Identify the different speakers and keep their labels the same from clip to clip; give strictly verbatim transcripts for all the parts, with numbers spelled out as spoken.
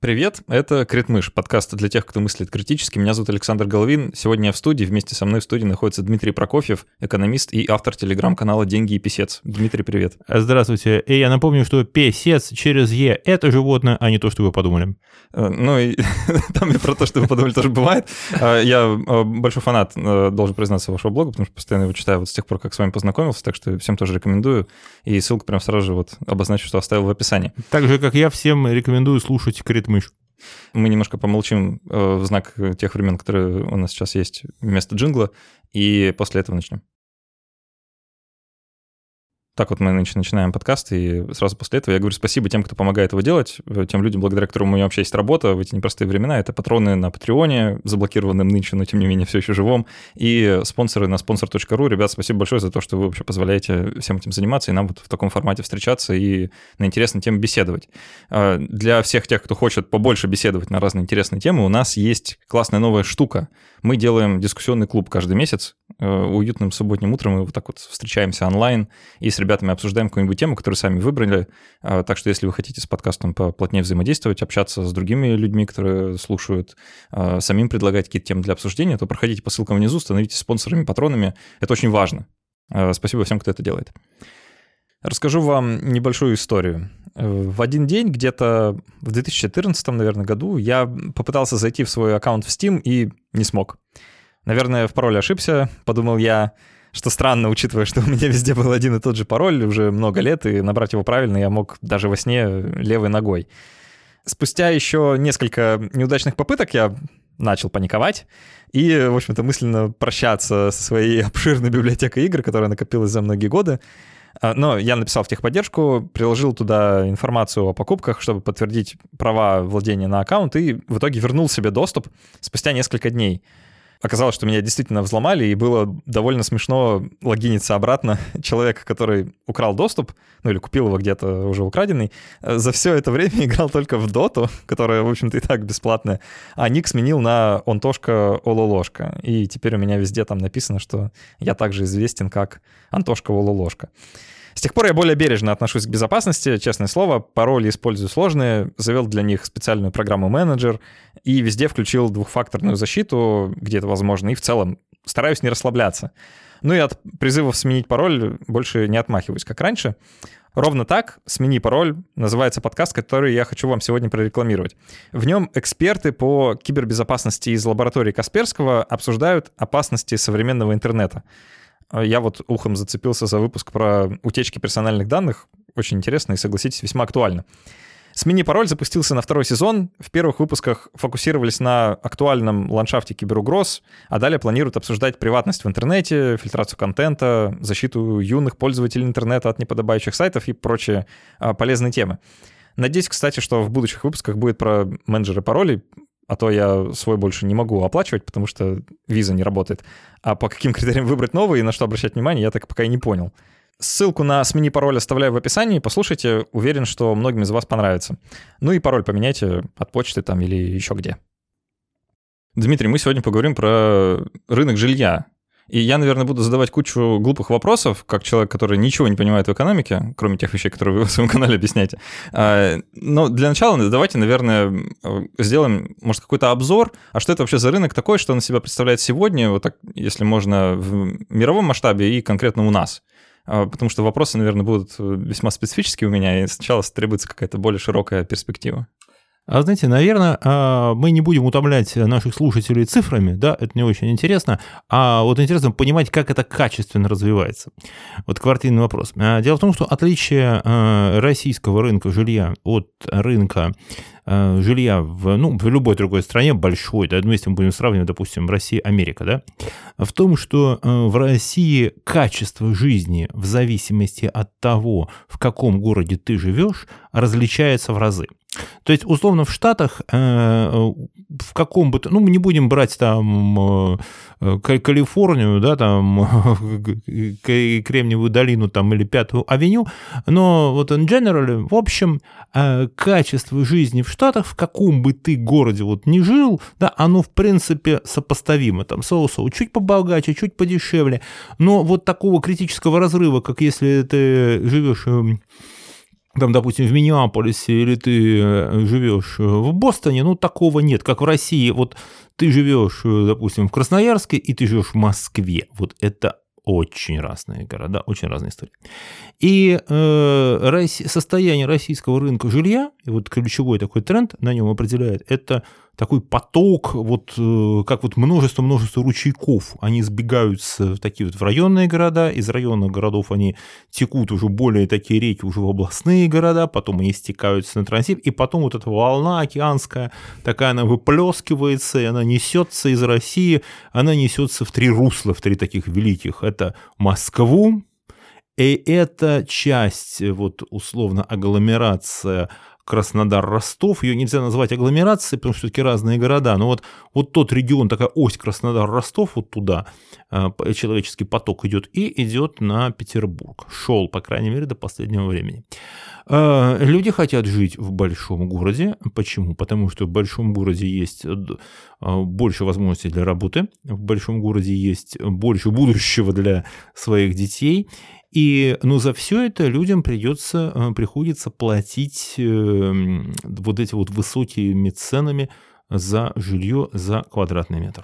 Speaker 1: Привет, это Критмыш, подкаст для тех, кто мыслит критически. Меня зовут Александр Головин. Сегодня я в студии, вместе со мной в студии находится Дмитрий Прокофьев, экономист и автор телеграм-канала «Деньги и писец». Дмитрий, привет.
Speaker 2: Здравствуйте. И я напомню, что писец через «е» — это животное, а не то, что вы подумали.
Speaker 1: Ну и там и про то, что вы подумали, тоже бывает. Я большой фанат, должен признаться, вашего блога, потому что постоянно его читаю вот с тех пор, как с вами познакомился, так что всем тоже рекомендую. И ссылку прям сразу же вот обозначу, что оставил в описании.
Speaker 2: Так же, как я, всем рекомендую слушать Критмыш.
Speaker 1: Мы немножко помолчим э, в знак тех времен, которые у нас сейчас есть вместо джингла, и после этого начнем. Так вот мы начинаем подкаст, и сразу после этого я говорю спасибо тем, кто помогает его делать, тем людям, благодаря которым у меня вообще есть работа в эти непростые времена. Это патроны на Патреоне, заблокированным нынче, но тем не менее все еще живом, и спонсоры на спонсор точка ру. Ребят, спасибо большое за то, что вы вообще позволяете всем этим заниматься и нам вот в таком формате встречаться и на интересные темы беседовать. Для всех тех, кто хочет побольше беседовать на разные интересные темы, у нас есть классная новая штука. Мы делаем дискуссионный клуб каждый месяц. Уютным субботним утром мы вот так вот встречаемся онлайн и с ребятами обсуждаем какую-нибудь тему, которую сами выбрали. Так что если вы хотите с подкастом поплотнее взаимодействовать, общаться с другими людьми, которые слушают, самим предлагать какие-то темы для обсуждения, то проходите по ссылкам внизу, становитесь спонсорами, патронами. Это очень важно. Спасибо всем, кто это делает. Расскажу вам небольшую историю. В один день, где-то в две тысячи четырнадцатом, наверное, году, я попытался зайти в свой аккаунт в Steam и не смог. Наверное, в пароле ошибся, подумал я, что странно, учитывая, что у меня везде был один и тот же пароль уже много лет, и набрать его правильно я мог даже во сне левой ногой. Спустя еще несколько неудачных попыток я начал паниковать и, в общем-то, мысленно прощаться со своей обширной библиотекой игр, которая накопилась за многие годы. Но я написал в техподдержку, приложил туда информацию о покупках, чтобы подтвердить права владения на аккаунт, и в итоге вернул себе доступ спустя несколько дней. Оказалось, что меня действительно взломали, и было довольно смешно логиниться обратно человека, который украл доступ, ну или купил его где-то уже украденный, за все это время играл только в доту, которая, в общем-то, и так бесплатная, а ник сменил на Онтошка Ололошка. И теперь у меня везде там написано, что я также известен как Антошка Ололошка. С тех пор я более бережно отношусь к безопасности, честное слово, пароли использую сложные, завел для них специальную программу менеджер и везде включил двухфакторную защиту, где это возможно, и в целом стараюсь не расслабляться. Ну и от призывов сменить пароль больше не отмахиваюсь, как раньше. Ровно так «Смени пароль» называется подкаст, который я хочу вам сегодня прорекламировать. В нем эксперты по кибербезопасности из лаборатории Касперского обсуждают опасности современного интернета. Я вот ухом зацепился за выпуск про утечки персональных данных. Очень интересно и, согласитесь, весьма актуально. «Смени пароль» запустился на второй сезон. В первых выпусках фокусировались на актуальном ландшафте киберугроз, а далее планируют обсуждать приватность в интернете, фильтрацию контента, защиту юных пользователей интернета от неподобающих сайтов и прочие а, полезные темы. Надеюсь, кстати, что в будущих выпусках будет про менеджеры паролей, а то я свой больше не могу оплачивать, потому что виза не работает. А по каким критериям выбрать новый и на что обращать внимание, я так пока и не понял. Ссылку на «Смени пароль» оставляю в описании, послушайте, уверен, что многим из вас понравится. Ну и пароль поменяйте от почты там или еще где. Дмитрий, мы сегодня поговорим про рынок жилья. И я, наверное, буду задавать кучу глупых вопросов, как человек, который ничего не понимает в экономике, кроме тех вещей, которые вы в своем канале объясняете. Но для начала давайте, наверное, сделаем, может, какой-то обзор, а что это вообще за рынок такой, что он из себя представляет сегодня, вот так, если можно, в мировом масштабе и конкретно у нас. Потому что вопросы, наверное, будут весьма специфические у меня, и сначала требуется какая-то более широкая перспектива.
Speaker 2: А знаете, наверное, мы не будем утомлять наших слушателей цифрами, да, это не очень интересно, а вот интересно понимать, как это качественно развивается. Вот квартирный вопрос. Дело в том, что отличие российского рынка жилья от рынка жилья в, ну, в любой другой стране большой, да, ну, если мы будем сравнивать, допустим, Россия, Америка, да, в том, что в России качество жизни в зависимости от того, в каком городе ты живешь, различается в разы. То есть, условно, в Штатах, в каком бы то, ну, мы не будем брать там Калифорнию, да, там Кремниевую долину там или Пятую авеню, но вот in general, в общем, качество жизни в Штатах, в каком бы ты городе вот ни жил, да, оно в принципе сопоставимо, там соусоу чуть побогаче, чуть подешевле, но вот такого критического разрыва, как если ты живешь там, допустим, в Миннеаполисе или ты живешь в Бостоне, ну, такого нет. Как в России, вот ты живешь, допустим, в Красноярске, и ты живешь в Москве. Вот это очень разные города, очень разные истории. И э, состояние российского рынка жилья, и вот ключевой такой тренд на нем определяет, это такой поток, вот э, как вот множество-множество ручейков, они сбегаются в такие вот в районные города, из районных городов они текут уже более такие реки уже в областные города, потом они стекаются на Транссиб, и потом вот эта волна океанская, такая она выплескивается, и она несется из России, она несется в три русла, в три таких великих. Это Москву, и это часть, вот условно, агломерация Краснодар-Ростов, ее нельзя назвать агломерацией, потому что все-таки разные города, но вот, вот тот регион, такая ось Краснодар-Ростов, вот туда человеческий поток идет и идет на Петербург. Шел, по крайней мере, до последнего времени. Люди хотят жить в большом городе. Почему? Потому что в большом городе есть больше возможностей для работы, в большом городе есть больше будущего для своих детей. И, ну, за все это людям придется, приходится платить э, вот эти вот высокими ценами за жилье за квадратный метр.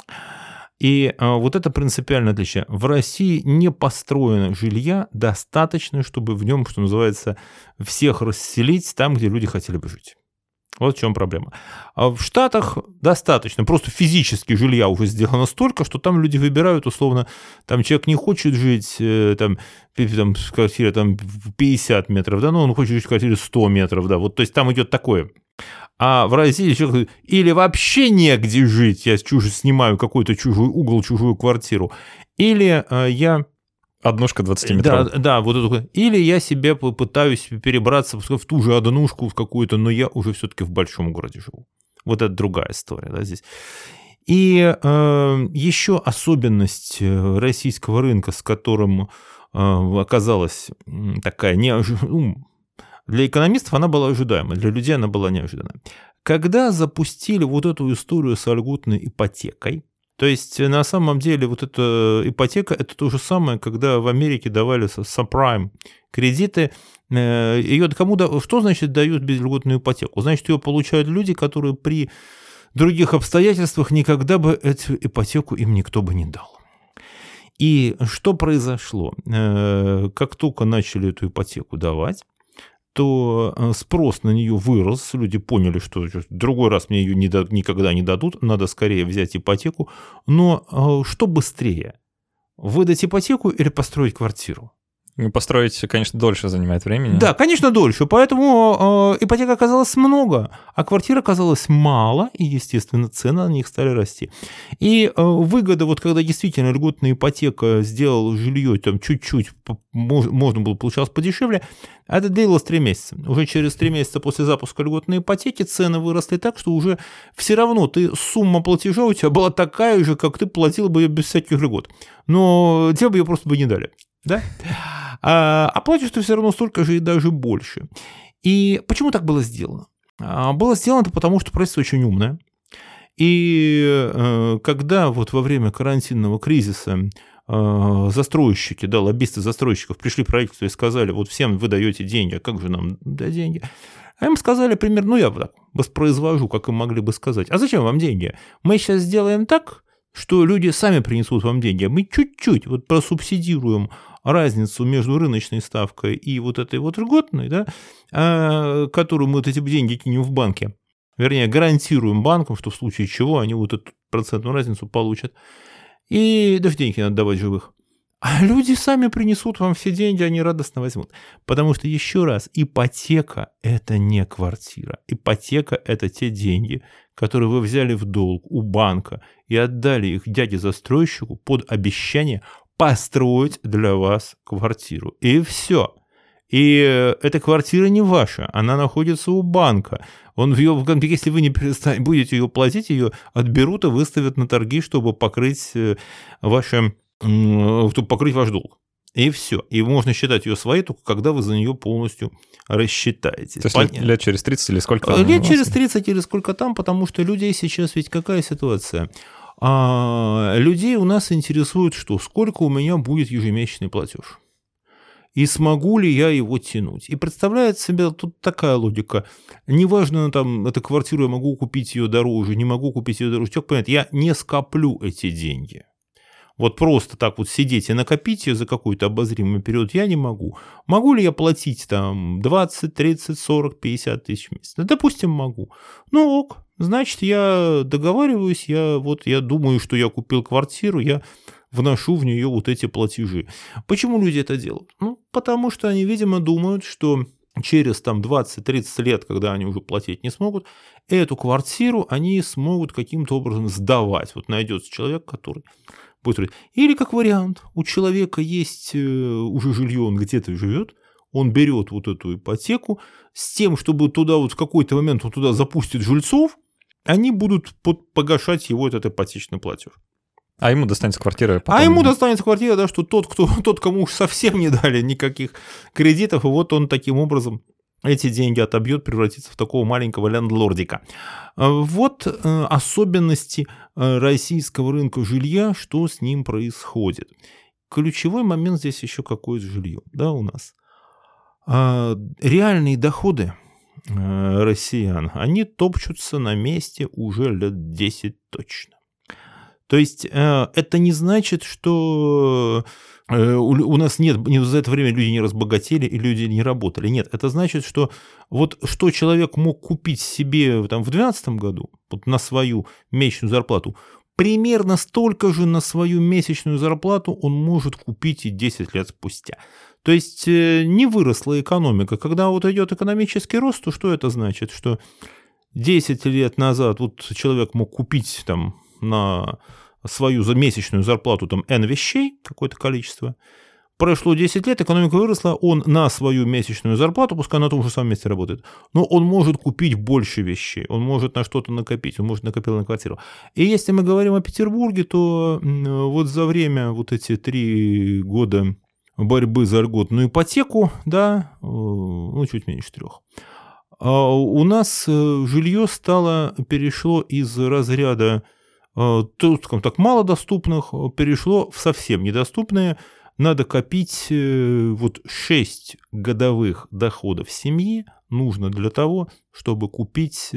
Speaker 2: И э, вот это принципиальное отличие. В России не построено жилья достаточно, чтобы в нем, что называется, всех расселить там, где люди хотели бы жить. Вот в чем проблема. А в Штатах достаточно, просто физически жилья уже сделано столько, что там люди выбирают, условно, там человек не хочет жить там, там, в квартире там, пятьдесят метров, да, но он хочет жить в квартире сто метров, да, вот, то есть там идет такое. А в России человек говорит, или вообще негде жить, я чужой снимаю какой-то чужой угол, чужую квартиру, или э, я...
Speaker 1: Однушка двадцатиметровая.
Speaker 2: Да, да, вот это. Или я себе пытаюсь перебраться в ту же однушку в какую-то, но я уже все-таки в большом городе живу. Вот это другая история, да, здесь. И э, еще особенность российского рынка, с которым э, оказалась такая неожиданная, для экономистов она была ожидаема, для людей она была неожиданная. Когда запустили вот эту историю с льготной ипотекой, то есть, на самом деле, вот эта ипотека – это то же самое, когда в Америке давали сабпрайм кредиты. Ее кому да, что значит дают безльготную ипотеку? Значит, ее получают люди, которые при других обстоятельствах никогда бы эту ипотеку им никто бы не дал. И что произошло? Как только начали эту ипотеку давать, то спрос на нее вырос, люди поняли, что в другой раз мне ее не дадут, никогда не дадут, надо скорее взять ипотеку. Но что быстрее, выдать ипотеку или построить квартиру?
Speaker 1: Построить, конечно, дольше занимает времени.
Speaker 2: Да, конечно, дольше. Поэтому э, ипотек оказалось много, а квартир оказалось мало, и, естественно, цены на них стали расти. И э, выгода, вот когда действительно льготная ипотека сделала жилье там чуть-чуть, можно было получалось подешевле, это длилось три месяца. Уже через три месяца после запуска льготной ипотеки цены выросли так, что уже все равно ты, сумма платежа у тебя была такая же, как ты платил бы ее без всяких льгот. Но тебе бы ее просто бы не дали. Да? А, а платишь ты все равно столько же и даже больше. И почему так было сделано? А, было сделано это потому, что правительство очень умное. И э, когда вот во время карантинного кризиса э, застройщики, да, лоббисты застройщиков пришли в правительство и сказали, вот всем вы даете деньги, а как же нам дать деньги? А им сказали примерно, ну я так воспроизвожу, как им могли бы сказать, а зачем вам деньги? Мы сейчас сделаем так, что люди сами принесут вам деньги, мы чуть-чуть вот просубсидируем разницу между рыночной ставкой и вот этой вот льготной, да, которую мы вот эти деньги кинем в банке, вернее, гарантируем банкам, что в случае чего они вот эту процентную разницу получат, и даже деньги надо давать живых. А люди сами принесут вам все деньги, они радостно возьмут. Потому что, еще раз, ипотека – это не квартира. Ипотека – это те деньги, которые вы взяли в долг у банка и отдали их дяде-застройщику под обещание построить для вас квартиру. И все. И эта квартира не ваша, она находится у банка. Он в ее, если вы не перестань, будете ее платить, ее отберут и выставят на торги, чтобы покрыть ваши, чтобы покрыть ваш долг. И все. И можно считать ее своей, только когда вы за нее полностью рассчитаетесь.
Speaker 1: То есть лет, лет через тридцать или сколько там?
Speaker 2: Лет через тридцать или сколько там, потому что людей сейчас ведь какая ситуация? А, людей у нас интересует, что сколько у меня будет ежемесячный платеж. и смогу ли я его тянуть. И представляет себе тут такая логика. Неважно, там, эта квартира, я могу купить ее дороже, не могу купить ее дороже. Человек понимает, я не скоплю эти деньги. Вот просто так вот сидеть и накопить ее за какой-то обозримый период я не могу. Могу ли я платить там двадцать, тридцать, сорок, пятьдесят тысяч в месяц? Да, допустим, могу. Ну ок, значит, я договариваюсь, я вот я думаю, что я купил квартиру, я вношу в нее вот эти платежи. Почему люди это делают? Ну, потому что они, видимо, думают, что через там двадцать-тридцать лет, когда они уже платить не смогут, эту квартиру они смогут каким-то образом сдавать. Вот найдется человек, который будет... Или как вариант, у человека есть уже жилье, он где-то живет, он берет вот эту ипотеку с тем, чтобы туда вот в какой-то момент он туда запустит жильцов, они будут погашать его этот ипотечный платеж.
Speaker 1: А ему достанется квартира. Потом...
Speaker 2: А ему достанется квартира, да, что тот, кто, тот, кому уж совсем не дали никаких кредитов, и вот он таким образом эти деньги отобьет, превратится в такого маленького лендлордика. Вот особенности российского рынка жилья, что с ним происходит. Ключевой момент здесь еще какое жилье, да, у нас. Реальные доходы россиян, они топчутся на месте уже лет десять точно. То есть это не значит, что у нас нет, за это время люди не разбогатели и люди не работали. Нет, это значит, что вот что человек мог купить себе там, в две тысячи двенадцатом году вот, на свою месячную зарплату, примерно столько же на свою месячную зарплату он может купить и десять лет спустя. То есть не выросла экономика. Когда вот идет экономический рост, то что это значит? Что десять лет назад вот человек мог купить там на свою месячную зарплату там N вещей, какое-то количество. Прошло десять лет, экономика выросла, он на свою месячную зарплату, пускай на том же самом месте работает, но он может купить больше вещей, он может на что-то накопить, он может накопить на квартиру. И если мы говорим о Петербурге, то вот за время вот эти три года борьбы за льготную ипотеку, да, ну, чуть меньше трех, у нас жилье стало, перешло из разряда тут, скажем так, малодоступных, перешло в совсем недоступные. Надо копить вот шесть годовых доходов семьи нужно для того, чтобы купить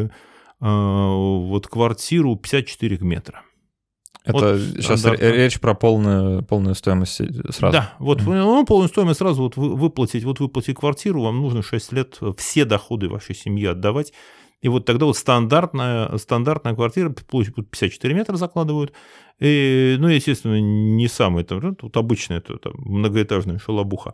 Speaker 2: вот квартиру пятьдесят четыре метра.
Speaker 1: Это
Speaker 2: вот
Speaker 1: сейчас речь про полную, полную стоимость сразу.
Speaker 2: Да, вот mm-hmm. ну, полную стоимость сразу вот выплатить, вот выплатить квартиру, вам нужно шесть лет все доходы вашей семьи отдавать. И вот тогда вот стандартная, стандартная квартира, пятьдесят четыре метра закладывают. И, ну, естественно, не самая, там, тут обычная это, там, многоэтажная шалобуха.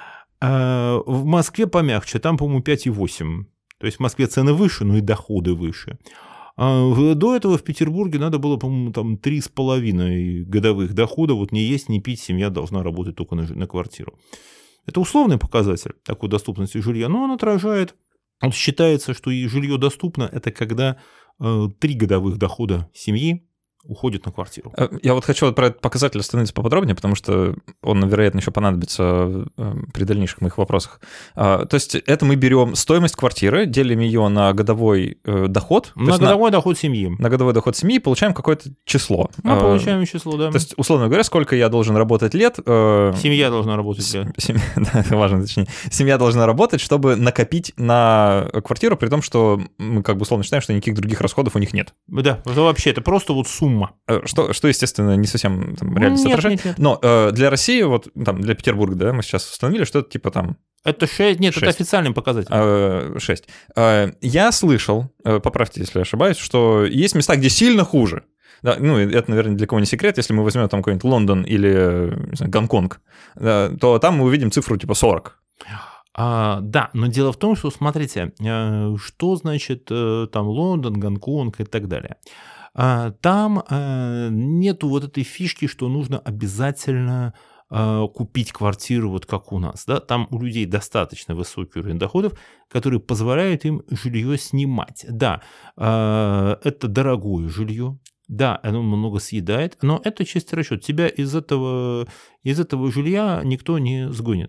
Speaker 2: А в Москве помягче, там, по-моему, пять и восемь. То есть в Москве цены выше, но и доходы выше. А до этого в Петербурге надо было, по-моему, там три с половиной годовых дохода. Вот не есть, не пить, семья должна работать только на, на квартиру. Это условный показатель такой доступности жилья, но он отражает. Вот считается, что и жилье доступно, это когда э, три годовых дохода семьи уходят на квартиру.
Speaker 1: Я вот хочу про этот показатель остановиться поподробнее, потому что он, вероятно, еще понадобится при дальнейших моих вопросах. То есть это мы берем стоимость квартиры, делим ее на годовой доход.
Speaker 2: На годовой на, доход семьи.
Speaker 1: На годовой доход семьи и получаем какое-то число.
Speaker 2: Мы а, получаем число, да.
Speaker 1: То есть, условно говоря, сколько я должен работать лет.
Speaker 2: Семья должна работать лет.
Speaker 1: Семья, да, это важно, точнее. Семья должна работать, чтобы накопить на квартиру, при том, что мы как бы условно считаем, что никаких других расходов у них нет.
Speaker 2: Да, это вообще, это просто вот сумма.
Speaker 1: Что, что, естественно, не совсем там, реальность нет, отражает. Нет, нет. Но э, для России, вот там, для Петербурга, да, мы сейчас установили, что это типа там...
Speaker 2: Это шесть, нет, шесть. Это официальный показатель.
Speaker 1: шесть. Я слышал, поправьте, если я ошибаюсь, что есть места, где сильно хуже. Да, ну, это, наверное, для кого не секрет. Если мы возьмем там какой-нибудь Лондон или не знаю, Гонконг, да, то там мы увидим цифру типа сорок.
Speaker 2: А, да, но дело в том, что, смотрите, что значит там Лондон, Гонконг и так далее. Там нету вот этой фишки, что нужно обязательно купить квартиру, вот как у нас. Да? Там у людей достаточно высокий уровень доходов, который позволяет им жилье снимать. Да, это дорогое жилье. Да, оно много съедает, но это чистый расчет. Тебя из этого, из этого жилья никто не сгонит.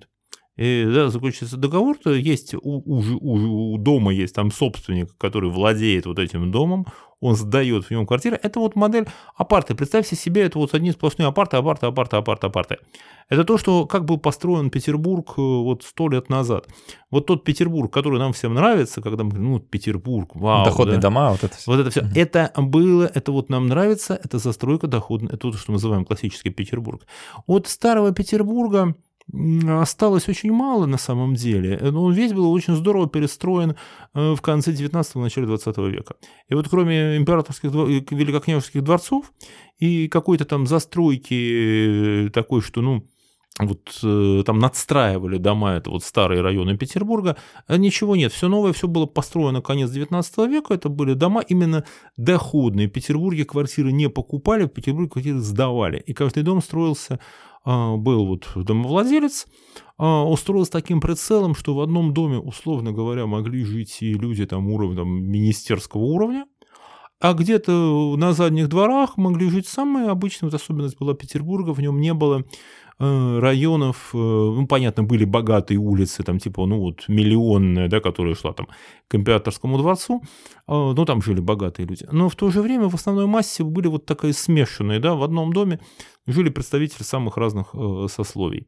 Speaker 2: И, да, заключится договор, то есть у, у, у, у дома есть там собственник, который владеет вот этим домом, он сдает в нем квартиру. Это вот модель апарты. Представьте себе, это вот одни сплошные апарты, апарты, апарты, апарты, апарты. Это то, что как был построен Петербург вот сто лет назад. Вот тот Петербург, который нам всем нравится, когда мы говорим, ну, Петербург, вау.
Speaker 1: Доходные
Speaker 2: да?
Speaker 1: дома, вот это все.
Speaker 2: Вот это все. Uh-huh. Это было, это вот нам нравится, это застройка доходная, это то, что мы называем классический Петербург. От старого Петербурга осталось очень мало на самом деле, но он весь был очень здорово перестроен в конце девятнадцатого, начале двадцатого века. И вот кроме императорских, великокняжеских дворцов и какой-то там застройки такой, что, ну, вот там надстраивали дома, это вот старые районы Петербурга, ничего нет, все новое, все было построено конец девятнадцатого века, это были дома именно доходные. В Петербурге квартиры не покупали, в Петербурге квартиры сдавали, и каждый дом строился, был вот домовладелец, устроил с таким прицелом, что в одном доме, условно говоря, могли жить и люди там уровня, там, министерского уровня, а где-то на задних дворах могли жить самые обычные, вот особенность была Петербурга, в нем не было районов, ну, понятно, были богатые улицы, там, типа, ну, вот, миллионная, да, которая шла там к императорскому дворцу, ну, там жили богатые люди. Но в то же время в основной массе были вот такие смешанные, да, в одном доме жили представители самых разных сословий.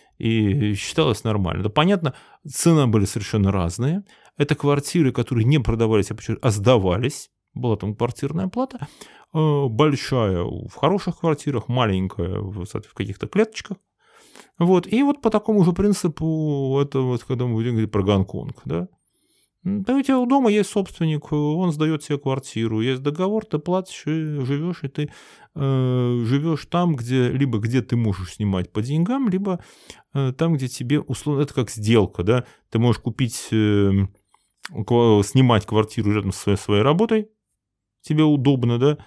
Speaker 2: И считалось нормально. Да, понятно, цены были совершенно разные. Это квартиры, которые не продавались, а сдавались. Была там квартирная плата, большая в хороших квартирах, маленькая в, в каких-то клеточках. Вот. И вот по такому же принципу, это вот когда мы будем говорить про Гонконг, да. Да, у тебя у дома есть собственник, он сдает тебе квартиру, есть договор, ты платишь и живешь, и ты э, живешь там, где либо где ты можешь снимать по деньгам, либо э, там, где тебе условно, это как сделка, да, ты можешь купить, э, снимать квартиру рядом со своей, своей работой, тебе удобно, да,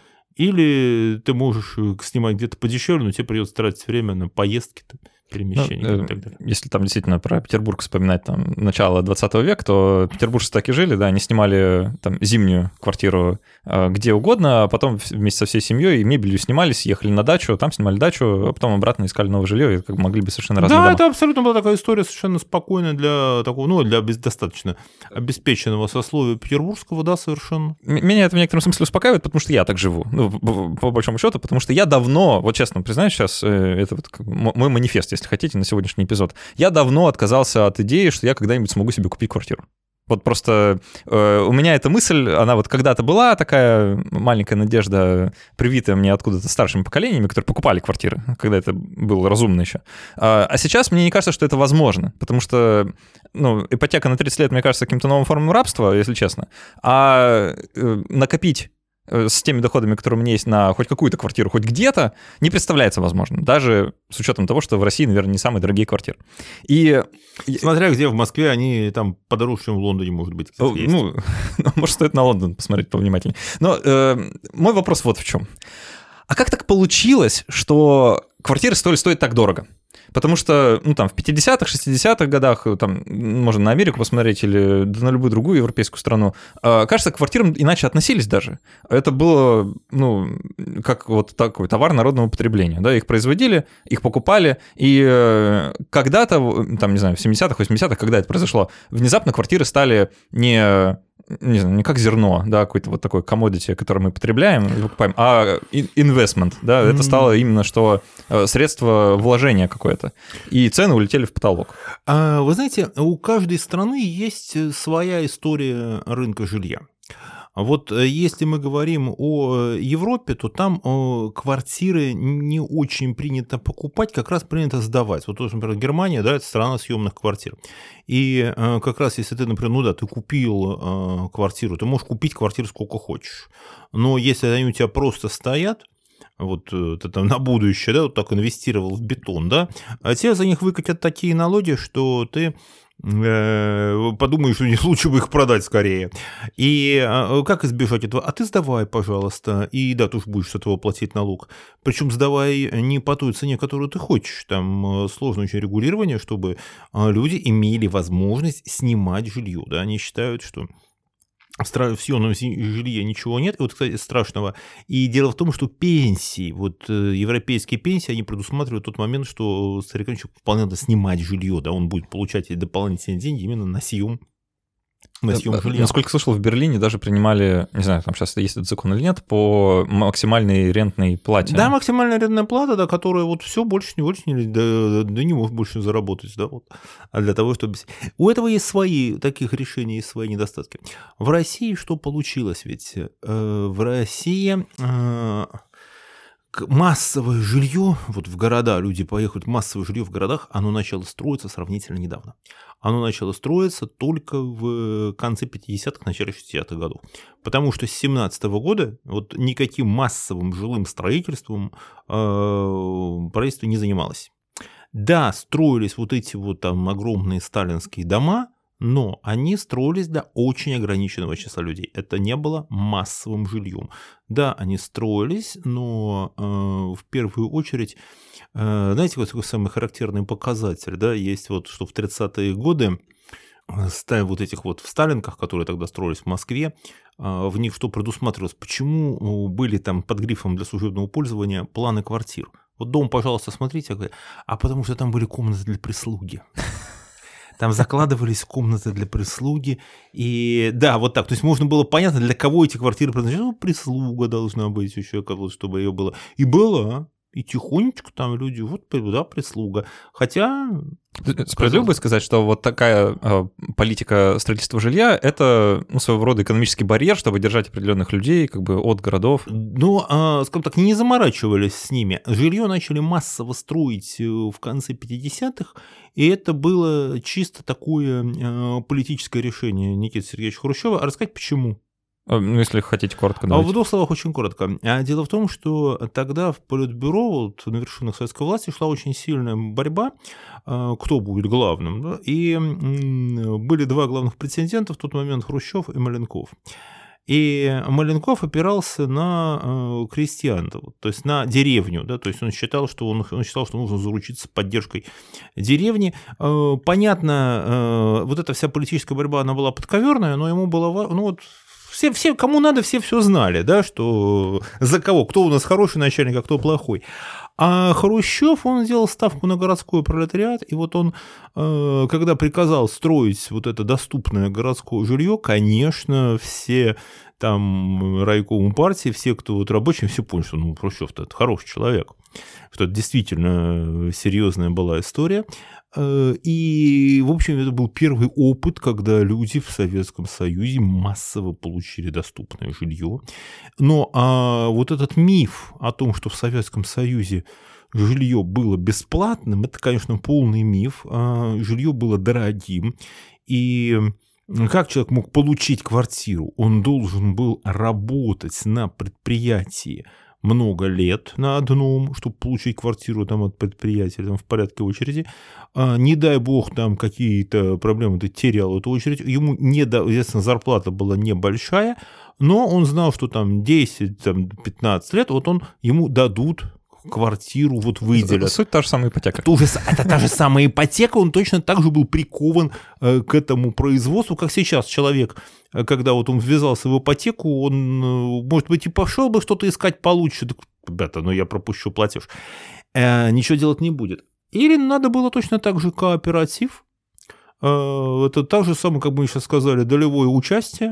Speaker 2: или ты можешь снимать где-то подешевле, но тебе придется тратить время на поездки, там, перемещения, ну, и так далее.
Speaker 1: Если там действительно про Петербург вспоминать там начало двадцатого века, то петербуржцы так и жили, да, они снимали там зимнюю квартиру где угодно, а потом вместе со всей семьей и мебелью снимались, ехали на дачу, там снимали дачу, а потом обратно искали новое жилье, и как бы могли бы совершенно разные
Speaker 2: Да,
Speaker 1: дома.
Speaker 2: Это абсолютно была такая история совершенно спокойная для такого, ну, для достаточно обеспеченного сословия петербургского, да, совершенно.
Speaker 1: Меня это в некотором смысле успокаивает, потому что я так живу, ну, по, по большому счету, потому что я давно, вот честно признаюсь сейчас, это вот мой манифест, если хотите, на сегодняшний эпизод. Я давно отказался от идеи, что я когда-нибудь смогу себе купить квартиру. Вот просто э, у меня эта мысль, она вот когда-то была такая маленькая надежда, привитая мне откуда-то старшими поколениями, которые покупали квартиры, когда это было разумно еще. А, а сейчас мне не кажется, что это возможно, потому что, ну, ипотека на тридцать лет, мне кажется, каким-то новым формой рабства, если честно. А э, накопить с теми доходами, которые у меня есть на хоть какую-то квартиру, хоть где-то, не представляется возможным. Даже с учетом того, что в России, наверное, не самые дорогие квартиры. И...
Speaker 2: Смотря где в Москве, они там подороже, чем в Лондоне, может быть.
Speaker 1: Ну, ну, может, стоит на Лондон посмотреть повнимательнее. Но э, мой вопрос вот в чем. А как так получилось, что квартиры стоили стоить так дорого? Потому что, ну, там, в пятидесятых, шестидесятых годах, там, можно на Америку посмотреть или на любую другую европейскую страну, кажется, к квартирам иначе относились даже. Это было, ну, как вот такой товар народного потребления, да, их производили, их покупали, и когда-то, там, не знаю, в семидесятых, восьмидесятых, когда это произошло, внезапно квартиры стали не... не знаю, не как зерно, да, какой-то вот такой commodity, который мы потребляем и покупаем, а investment, да, mm-hmm. это стало именно что средство вложения какое-то, и цены улетели в потолок.
Speaker 2: А, вы знаете, у каждой страны есть своя история рынка жилья. Вот если мы говорим о Европе, то там квартиры не очень принято покупать, как раз принято сдавать. Вот тоже, например, Германия, да, это страна съемных квартир. И как раз если ты, например, ну да, ты купил квартиру, ты можешь купить квартиру сколько хочешь. Но если они у тебя просто стоят, вот ты там на будущее, да, вот так инвестировал в бетон, да, а тебе за них выкатят такие налоги, что ты подумаешь, что не лучше бы их продать скорее. И как избежать этого? А ты сдавай, пожалуйста, и да, ты уж будешь с этого платить налог. Причем сдавай не по той цене, которую ты хочешь. Там сложное очень регулирование, чтобы люди имели возможность снимать жилье. Да? Они считают, что в съемном жилье ничего нет. И вот, кстати, страшного. И дело в том, что пенсии, вот европейские пенсии, они предусматривают тот момент, что старикам еще вполне надо снимать жилье, да, он будет получать эти дополнительные деньги именно на съем. На съем жилья.
Speaker 1: Насколько слышал, в Берлине даже принимали, не знаю, там сейчас есть этот закон или нет, по максимальной рентной плате.
Speaker 2: Да, максимальная рентная плата, да, которая вот все больше не больше не, да, да не может больше заработать, да, вот. А для того, чтобы... У этого есть свои, таких решений, есть свои недостатки. В России что получилось ведь? Э, в России... Э, массовое жилье, вот в города люди поехали, массовое жилье в городах, оно начало строиться сравнительно недавно. Оно начало строиться только в конце пятидесятых, начале шестидесятых годов. Потому что с семнадцатого года вот никаким массовым жилым строительством э, правительство не занималось. Да, строились вот эти вот там огромные сталинские дома, но они строились для очень ограниченного числа людей. Это не было массовым жильем. Да, они строились, но э, в первую очередь, э, знаете, вот такой самый характерный показатель, да, есть вот, что в тридцатые годы вот этих вот в Сталинках, которые тогда строились в Москве, в них что предусматривалось? Почему были там под грифом для служебного пользования планы квартир? Вот дом, пожалуйста, смотрите, а потому что там были комнаты для прислуги. Там закладывались комнаты для прислуги. И да, вот так. То есть можно было понятно, для кого эти квартиры предназначены. Ну, прислуга должна быть еще, чтобы ее было. И была. И тихонечко там люди, вот, да, прислуга. Хотя...
Speaker 1: Справедливо бы сказать, что вот такая э, политика строительства жилья – это, ну, своего рода экономический барьер, чтобы держать определенных людей как бы от городов.
Speaker 2: Ну, э, скажем так, не заморачивались с ними. Жилье начали массово строить в конце пятидесятых, и это было чисто такое э, политическое решение Никиты Сергеевича Хрущева. А рассказать почему?
Speaker 1: Ну, если хотите коротко.
Speaker 2: А в двух словах очень коротко. А дело в том, что тогда в Политбюро, вот, на вершинах советской власти шла очень сильная борьба, кто будет главным. Да? И были два главных претендента в тот момент: Хрущев и Маленков. И Маленков опирался на крестьян, то есть на деревню, да, то есть он считал, что он, он считал, что нужно заручиться поддержкой деревни. Понятно, вот эта вся политическая борьба, она была подковерная, но ему было важно, ну вот, Все, все, кому надо, все все знали, да, что за кого, кто у нас хороший начальник, а кто плохой. А Хрущев, он сделал ставку на городской пролетариат, и вот он, когда приказал строить вот это доступное городское жилье, конечно, все там райкомы партии, все, кто вот рабочие, все поняли, что ну, Хрущев-то это хороший человек, что это действительно серьезная была история. И, в общем, это был первый опыт, когда люди в Советском Союзе массово получили доступное жилье. Но а вот этот миф о том, что в Советском Союзе жилье было бесплатным, это, конечно, полный миф. Жилье было дорогим. И как человек мог получить квартиру? Он должен был работать на предприятии много лет на одном, чтобы получить квартиру там от предприятия там, в порядке очереди. А, не дай бог там какие-то проблемы, ты терял эту очередь. Ему, не, естественно, зарплата была небольшая, но он знал, что там десять-пятнадцать лет, вот он, ему дадут квартиру, вот выделят.
Speaker 1: Суть та же самая ипотека.
Speaker 2: Тоже, это та же самая ипотека, он точно так же был прикован э, к этому производству, как сейчас человек, когда вот он ввязался в ипотеку, он, может быть, и пошел бы что-то искать получше. Так, ребята, ну я пропущу платеж. Э, ничего делать не будет. Или надо было точно так же кооператив. Э, это так же самое, как мы сейчас сказали, долевое участие.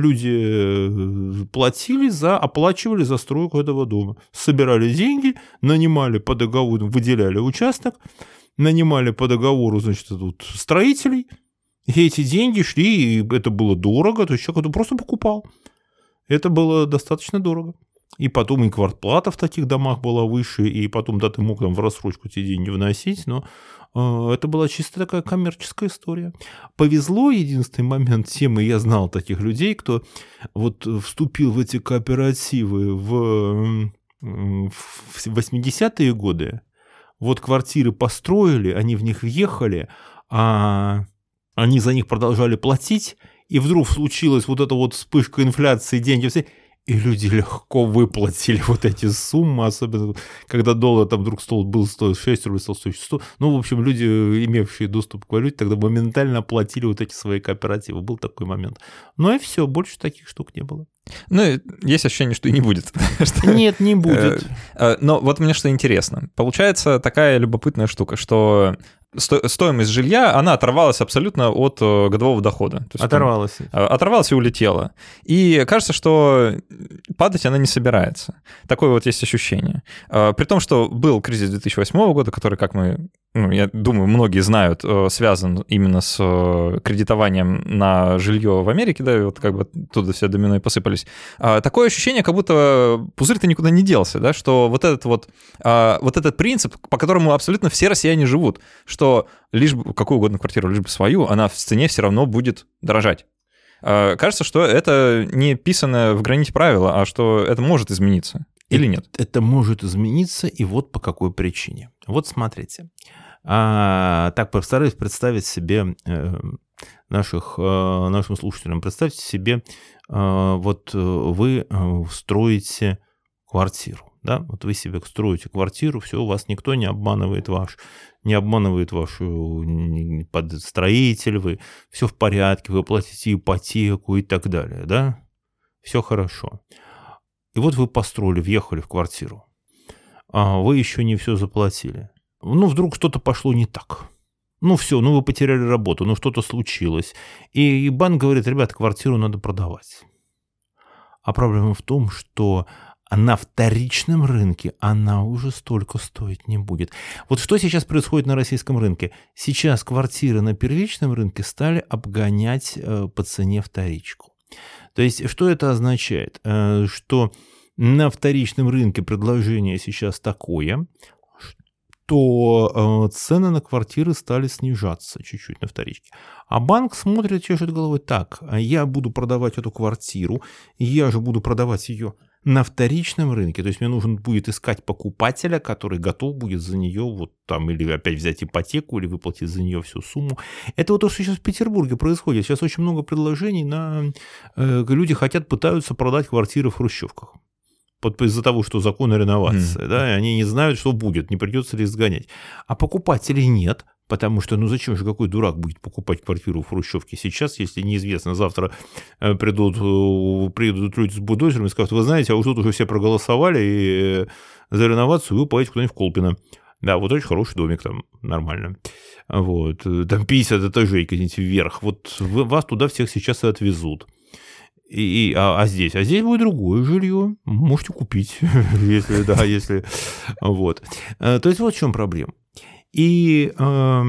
Speaker 2: Люди платили за, оплачивали застройку этого дома. Собирали деньги, нанимали по договору, выделяли участок, нанимали по договору, значит, тут строителей. И эти деньги шли, и это было дорого, то есть человек это просто покупал. Это было достаточно дорого. И потом и квартплата в таких домах была выше, и потом, да, ты мог там в рассрочку эти деньги вносить, но э, это была чисто такая коммерческая история. Повезло, единственный момент тем, и я знал таких людей, кто вот вступил в эти кооперативы в, в восьмидесятые годы, вот квартиры построили, они в них въехали, а они за них продолжали платить, и вдруг случилась вот эта вот вспышка инфляции, деньги все, и люди легко выплатили вот эти суммы, особенно когда доллар там вдруг стол был стоил шесть рублей, стал стоить сто. Ну, в общем, люди, имевшие доступ к валюте, тогда моментально оплатили вот эти свои кооперативы. Был такой момент. Ну и все, больше таких штук не было.
Speaker 1: Ну, есть ощущение, что и не будет.
Speaker 2: Нет, не будет.
Speaker 1: Но вот мне что интересно. Получается такая любопытная штука, что стоимость жилья, она оторвалась абсолютно от годового дохода. То есть
Speaker 2: оторвалась.
Speaker 1: Там, оторвалась и улетела. И кажется, что падать она не собирается. Такое вот есть ощущение. При том, что был кризис две тысячи восьмого года, который, как мы, ну, я думаю, многие знают, связан именно с кредитованием на жилье в Америке, да, и вот как бы оттуда все домино и посыпались. Такое ощущение, как будто пузырь-то никуда не делся, да, что вот этот вот, вот этот принцип, по которому абсолютно все россияне живут, что что лишь бы какую угодно квартиру, лишь бы свою, она в цене все равно будет дорожать. Кажется, что это не писано в граните правила, а что это может измениться. Или нет?
Speaker 2: Это может измениться, и вот по какой причине. Вот смотрите. А, так, постараюсь представить себе наших, нашим слушателям. Представьте себе, вот вы строите квартиру. Да? Вот вы себе строите квартиру, все, вас никто не обманывает ваш, не обманывает вашу подстроитель, вы все в порядке, вы платите ипотеку и так далее, да? Все хорошо. И вот вы построили, въехали в квартиру, а вы еще не все заплатили. Ну, вдруг что-то пошло не так. Ну, все, ну, вы потеряли работу, ну, что-то случилось. И, и банк говорит: ребят, квартиру надо продавать. А проблема в том, что на вторичном рынке она уже столько стоить не будет. Вот что сейчас происходит на российском рынке? Сейчас квартиры на первичном рынке стали обгонять э, по цене вторичку. То есть, что это означает? Э, что на вторичном рынке предложение сейчас такое, что э, цены на квартиры стали снижаться чуть-чуть на вторичке. А банк смотрит, чешет головой: так, я буду продавать эту квартиру, я же буду продавать ее на вторичном рынке, то есть мне нужно будет искать покупателя, который готов будет за нее вот там или опять взять ипотеку, или выплатить за нее всю сумму. Это вот то, что сейчас в Петербурге происходит. Сейчас очень много предложений на... Э, люди хотят, пытаются продать квартиры в хрущевках. Из-за того, что закон о реновации, mm. да, и они не знают, что будет, не придется ли изгонять. А покупателей нет, потому что, ну зачем же какой дурак будет покупать квартиру в хрущевке сейчас, если неизвестно, завтра придут, придут люди с бульдозером и скажут: вы знаете, а вы тут уже все проголосовали и за реновацию, вы поедете куда-нибудь в Колпино. Да, вот очень хороший домик там, нормально. Вот, там пятьдесят этажей где-нибудь вверх. Вот вас туда всех сейчас и отвезут. И, и, а, а здесь? А здесь будет другое жилье. Можете купить, если да, если... Вот. То есть вот в чем проблема. И э,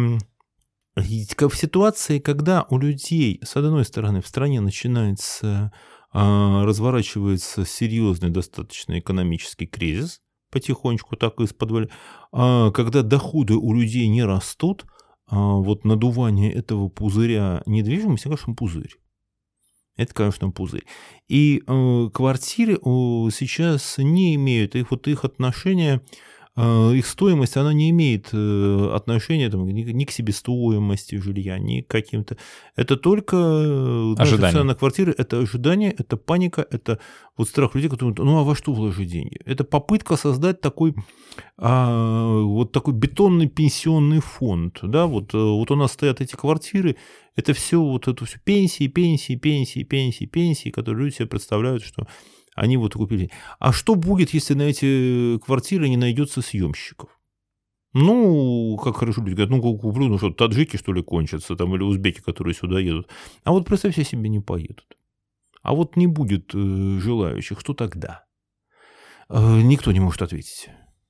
Speaker 2: в ситуации, когда у людей, с одной стороны, в стране начинается, э, разворачивается серьезный достаточно экономический кризис, потихонечку так из-под, э, когда доходы у людей не растут, э, вот надувание этого пузыря недвижимости, конечно, пузырь. Это, конечно, пузырь. И э, квартиры э, сейчас не имеют, их, вот их отношения, э, их стоимость, она не имеет э, отношения там, ни, ни к себестоимости жилья, ни к каким-то... Это только ожидание. Цена на квартиры, это ожидание, это паника, это вот страх людей, которые думают: ну а во что вложить деньги? Это попытка создать такой, а, вот такой бетонный пенсионный фонд. Да? Вот, вот у нас стоят эти квартиры, это все, вот это все пенсии, пенсии, пенсии, пенсии, пенсии, которые люди себе представляют, что они вот купили. А что будет, если на эти квартиры не найдется съемщиков? Ну, как хорошо люди говорят: ну, куплю, ну что, таджики, что ли, кончатся, там, или узбеки, которые сюда едут. А вот представьте себе, не поедут. А вот не будет э, желающих, что тогда? Э, никто не может ответить.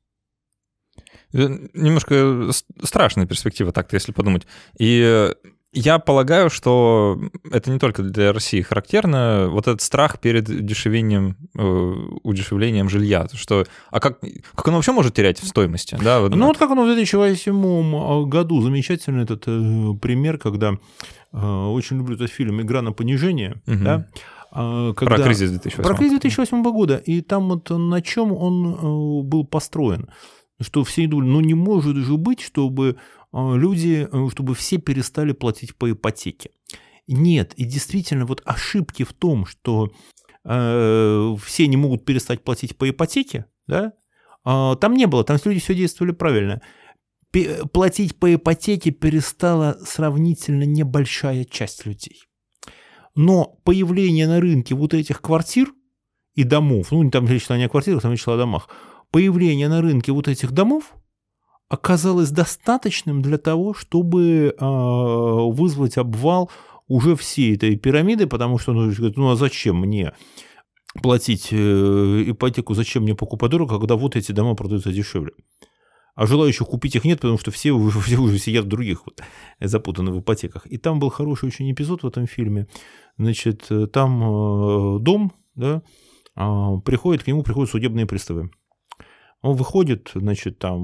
Speaker 1: Немножко страшная перспектива, так-то, если подумать. И я полагаю, что это не только для России характерно, вот этот страх перед дешевением, э, удешевлением жилья. Что, а как, как оно вообще может терять в стоимости? Да, вот,
Speaker 2: ну, вот как оно в две тысячи восьмом году. Замечательный этот э, пример, когда э, очень люблю этот фильм «Игра на понижение». Угу. Да? Когда,
Speaker 1: про кризис две тысячи восьмого.
Speaker 2: Про кризис две тысячи восьмого года. И там вот на чем он э, был построен. Что все думали: ну не может же быть, чтобы люди, чтобы все перестали платить по ипотеке. Нет, и действительно вот ошибки в том, что э, все не могут перестать платить по ипотеке, да, э, там не было, там люди все действовали правильно. П- платить по ипотеке перестала сравнительно небольшая часть людей. Но появление на рынке вот этих квартир и домов, ну, там речь шла не о квартирах, там речь шла о домах, появление на рынке вот этих домов оказалось достаточным для того, чтобы э, вызвать обвал уже всей этой пирамиды, потому что, ну, ну а зачем мне платить э, ипотеку, зачем мне покупать дорого, когда вот эти дома продаются дешевле? А желающих купить их нет, потому что все, все уже сидят в других, вот, запутаны в ипотеках. И там был хороший очень эпизод в этом фильме. Значит, там э, дом, да, э, приходит, к нему приходят судебные приставы. Он выходит, значит, там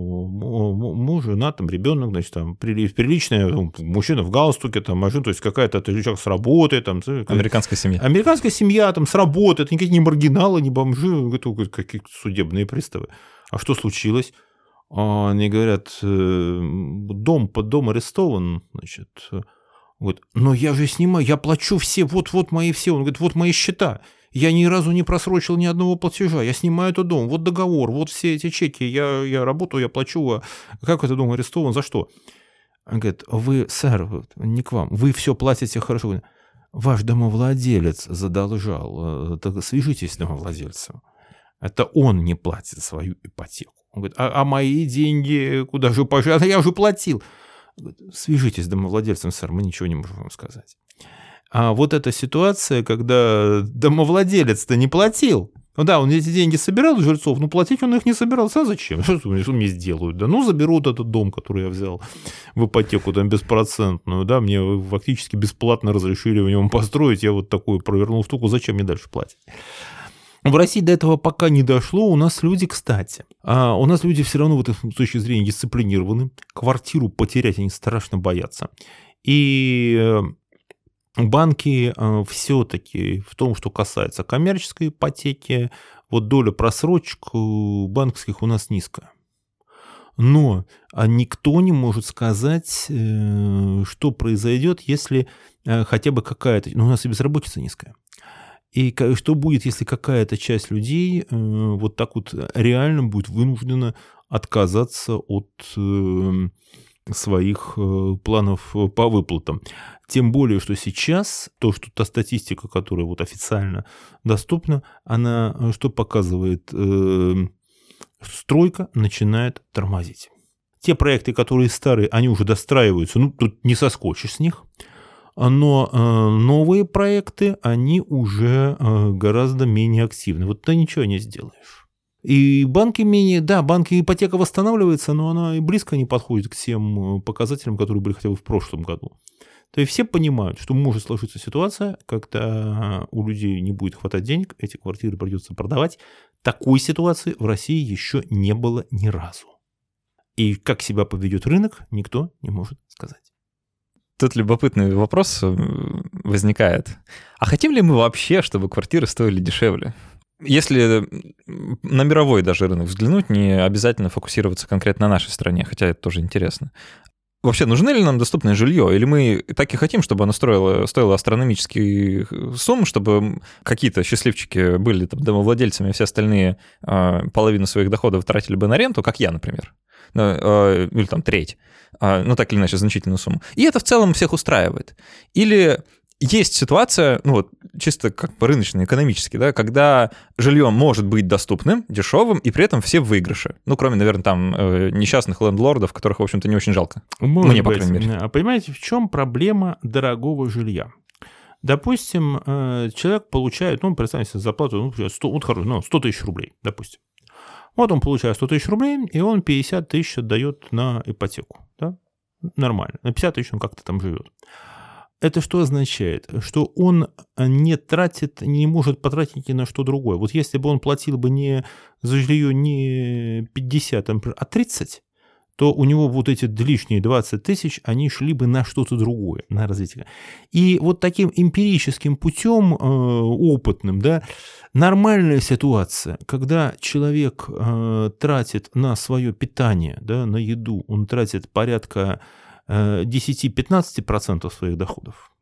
Speaker 2: муж, жена, там ребенок, значит, там приличная, мужчина в галстуке, там машина, то есть какая-то человек с работы, там
Speaker 1: американская семья.
Speaker 2: Американская семья, там с работы, это никакие не маргиналы, не бомжи, это какие-то судебные приставы. А что случилось? Они говорят, дом под дом арестован, значит, говорит, но я же снимаю, я плачу все, вот-вот мои все, он говорит, вот мои счета. Я ни разу не просрочил ни одного платежа. Я снимаю этот дом. Вот договор, вот все эти чеки. Я, я работаю, я плачу. А как этот дом арестован? За что? Он говорит, вы, сэр, не к вам. Вы все платите хорошо. Ваш домовладелец задолжал. Так свяжитесь с домовладельцем. Это он не платит свою ипотеку. Он говорит, а, а мои деньги куда же пошли? А я уже платил. Говорит, свяжитесь с домовладельцем, сэр, мы ничего не можем вам сказать. А вот эта ситуация, когда домовладелец-то не платил. Ну да, он эти деньги собирал у жильцов, но платить он их не собирался. А зачем? Что, что мне сделают? Да ну, заберут этот дом, который я взял в ипотеку, там, беспроцентную, да, мне фактически бесплатно разрешили в нем построить, я вот такую провернул штуку, зачем мне дальше платить? В России до этого пока не дошло. У нас люди, кстати, а у нас люди все равно вот с точки зрения дисциплинированы. Квартиру потерять они страшно боятся. И банки все-таки в том, что касается коммерческой ипотеки, вот доля просрочек банковских у нас низкая. Но никто не может сказать, что произойдет, если хотя бы какая-то... Ну, у нас и безработица низкая. И что будет, если какая-то часть людей вот так вот реально будет вынуждена отказаться от своих планов по выплатам. Тем более, что сейчас то, что та статистика, которая вот официально доступна, она что показывает? Стройка начинает тормозить. Те проекты, которые старые, они уже достраиваются, ну, тут не соскочишь с них. Но новые проекты, они уже гораздо менее активны. Вот ты ничего не сделаешь. И банки менее... Да, банки ипотека восстанавливается, но она и близко не подходит к тем показателям, которые были хотя бы в прошлом году. То есть все понимают, что может сложиться ситуация, когда у людей не будет хватать денег, эти квартиры придется продавать. Такой ситуации в России еще не было ни разу. И как себя поведет рынок, никто не может сказать.
Speaker 1: Тут любопытный вопрос возникает. А хотим ли мы вообще, чтобы квартиры стоили дешевле? Если на мировой даже рынок взглянуть, не обязательно фокусироваться конкретно на нашей стране, хотя это тоже интересно. Вообще, нужны ли нам доступное жилье? Или мы так и хотим, чтобы оно стоило, стоило астрономических сумм, чтобы какие-то счастливчики были там домовладельцами, а все остальные э, половину своих доходов тратили бы на ренту, как я, например, ну, э, или там треть, э, ну так или иначе значительную сумму. И это в целом всех устраивает. Или есть ситуация, ну вот чисто как бы рыночно, экономически, да, когда жилье может быть доступным, дешевым, и при этом все в выигрыше. Ну, кроме, наверное, там э, несчастных лендлордов, которых, в общем-то, не очень жалко.
Speaker 2: Может
Speaker 1: Мне, по
Speaker 2: быть.
Speaker 1: крайней мере.
Speaker 2: А понимаете, в чем проблема дорогого жилья? Допустим, человек получает, ну, представьте себе зарплату, ну, сто, вот, ну, сто тысяч рублей, допустим. Вот он получает сто тысяч рублей, и он пятьдесят тысяч отдает на ипотеку. Да? Нормально. На пятьдесят тысяч он как-то там живет. Это что означает? Что он не тратит, не может потратить ни на что другое. Вот если бы он платил бы не за жилье не пятьдесят, а тридцать, то у него вот эти лишние двадцать тысяч, они шли бы на что-то другое, на развитие. И вот таким эмпирическим путем, э, опытным, да, нормальная ситуация, когда человек э, тратит на свое питание, да, на еду, он тратит порядка десять-пятнадцать процентов своих доходов.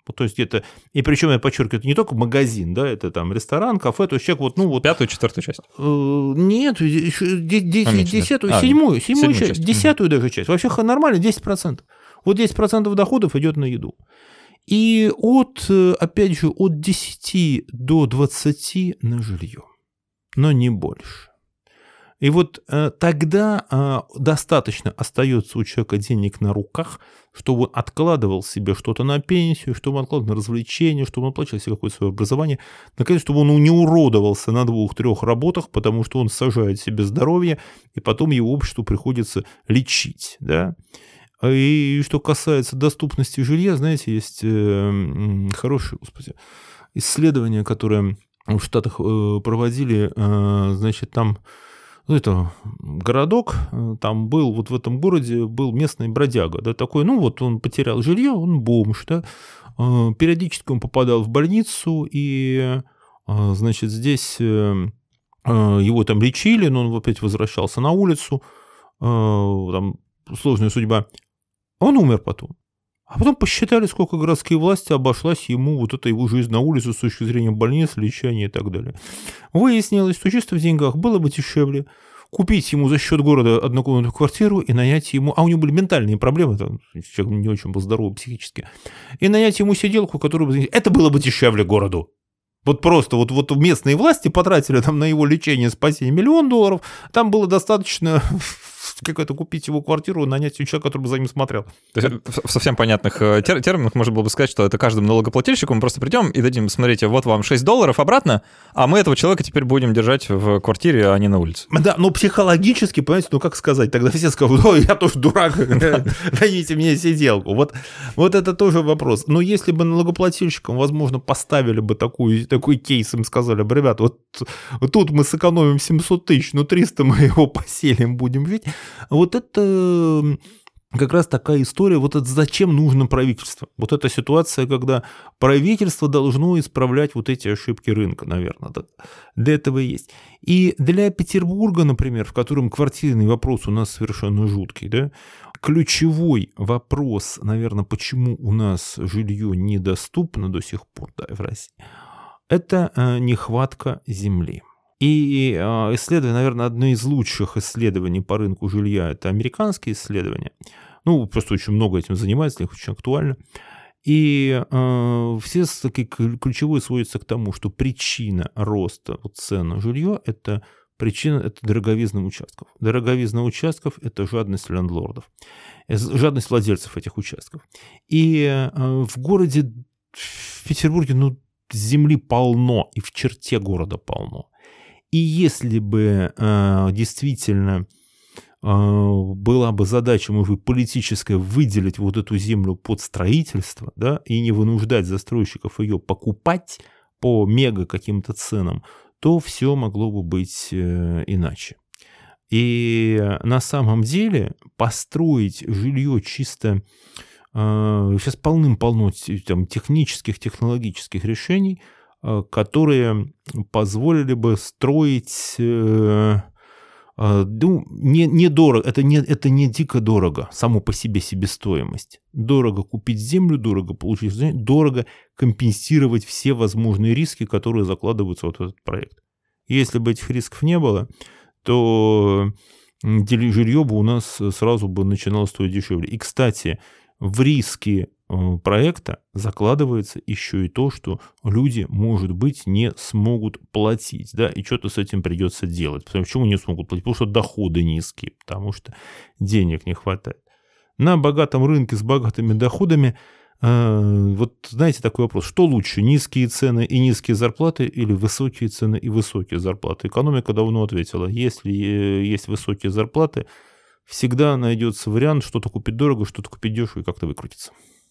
Speaker 2: То есть где-то, и причем я подчеркиваю, это не только магазин, да, это там ресторан, кафе, то есть человек вот, ну вот...
Speaker 1: Пятую, четвертую часть?
Speaker 2: Э, нет, еще десятую,
Speaker 1: а,
Speaker 2: седьмую, седьмую часть,
Speaker 1: часть,
Speaker 2: десятую даже часть. Вообще нормально, десять процентов. Вот десять процентов доходов идет на еду. И от, опять же, от десяти до двадцати на жилье, но не больше. И вот э, тогда э, достаточно остается у человека денег на руках, чтобы он откладывал себе что-то на пенсию, чтобы он откладывал на развлечения, чтобы он оплачивал себе какое-то свое образование, наконец, чтобы он не уродовался на двух-трех работах, потому что он сажает себе здоровье, и потом его обществу приходится лечить. Да? И что касается доступности жилья, знаете, есть э, хорошее, господи, исследование, которое в Штатах э, проводили, э, значит, там... Ну, это городок, там был, вот в этом городе был местный бродяга, да, такой, ну, вот он потерял жилье, он бомж, да, периодически он попадал в больницу, и, значит, здесь его там лечили, но он опять возвращался на улицу, там сложная судьба, он умер потом. А потом посчитали, сколько городские власти обошлась ему вот эта его жизнь на улице с точки зрения больницы, лечения и так далее. Выяснилось, что чисто в деньгах было бы дешевле купить ему за счет города однокомнатную квартиру и нанять ему... А у него были ментальные проблемы, там, человек не очень был здоровый психически. И нанять ему сиделку, которую бы... Это было бы дешевле городу. Вот просто вот, вот местные власти потратили там на его лечение, спасение миллион долларов. Там было достаточно... какой-то купить его квартиру, нанять человека, который бы за ним смотрел.
Speaker 1: То есть в совсем понятных тер- терминах можно было бы сказать, что это каждому налогоплательщику мы просто придем и дадим, смотрите, вот вам шесть долларов обратно, а мы этого человека теперь будем держать в квартире, а не на улице.
Speaker 2: Да, но психологически, понимаете, ну как сказать, тогда все скажут, ой, я тоже дурак, дайте мне сиделку. Вот, вот это тоже вопрос. Но если бы налогоплательщикам, возможно, поставили бы такую, такой кейс, им сказали бы, ребят, вот, вот тут мы сэкономим семьсот тысяч, но триста мы его поселим, будем жить. Вот это как раз такая история, вот это зачем нужно правительство. Вот эта ситуация, когда правительство должно исправлять вот эти ошибки рынка, наверное. Для этого и есть. И для Петербурга, например, в котором квартирный вопрос у нас совершенно жуткий, да, ключевой вопрос, наверное, почему у нас жилье недоступно до сих пор, да, в России, это нехватка земли. И исследование, наверное, одно из лучших исследований по рынку жилья, это американские исследования. Ну, просто очень много этим занимаются, их очень актуально. И э, все такие ключевые сводятся к тому, что причина роста вот, цен на жилье – это причина это дороговизна участков. Дороговизна участков – это жадность лендлордов, жадность владельцев этих участков. И э, в городе, в Петербурге, ну, земли полно, и в черте города полно. И если бы э, действительно э, была бы задача, может быть, политическая, выделить вот эту землю под строительство, да, и не вынуждать застройщиков ее покупать по мега каким-то ценам, то все могло бы быть э, иначе. И на самом деле построить жилье чисто... Э, сейчас полным-полно там, технических, технологических решений, которые позволили бы строить, э, э, ну, не, недорого, это не, это не дико дорого, само по себе себестоимость. Дорого купить землю, дорого получить землю, дорого компенсировать все возможные риски, которые закладываются вот в этот проект. Если бы этих рисков не было, то жилье бы у нас сразу бы начинало стоить дешевле. И, кстати, в риски проекта закладывается еще и то, что люди, может быть, не смогут платить, да, и что-то с этим придется делать. Почему не смогут платить? Потому что доходы низкие, потому что денег не хватает. На богатом рынке с богатыми доходами, э, вот знаете такой вопрос, что лучше, низкие цены и низкие зарплаты или высокие цены и высокие зарплаты? Экономика давно ответила, если есть высокие зарплаты, всегда найдется вариант что-то купить дорого, что-то купить дешево и как-то выкрутиться.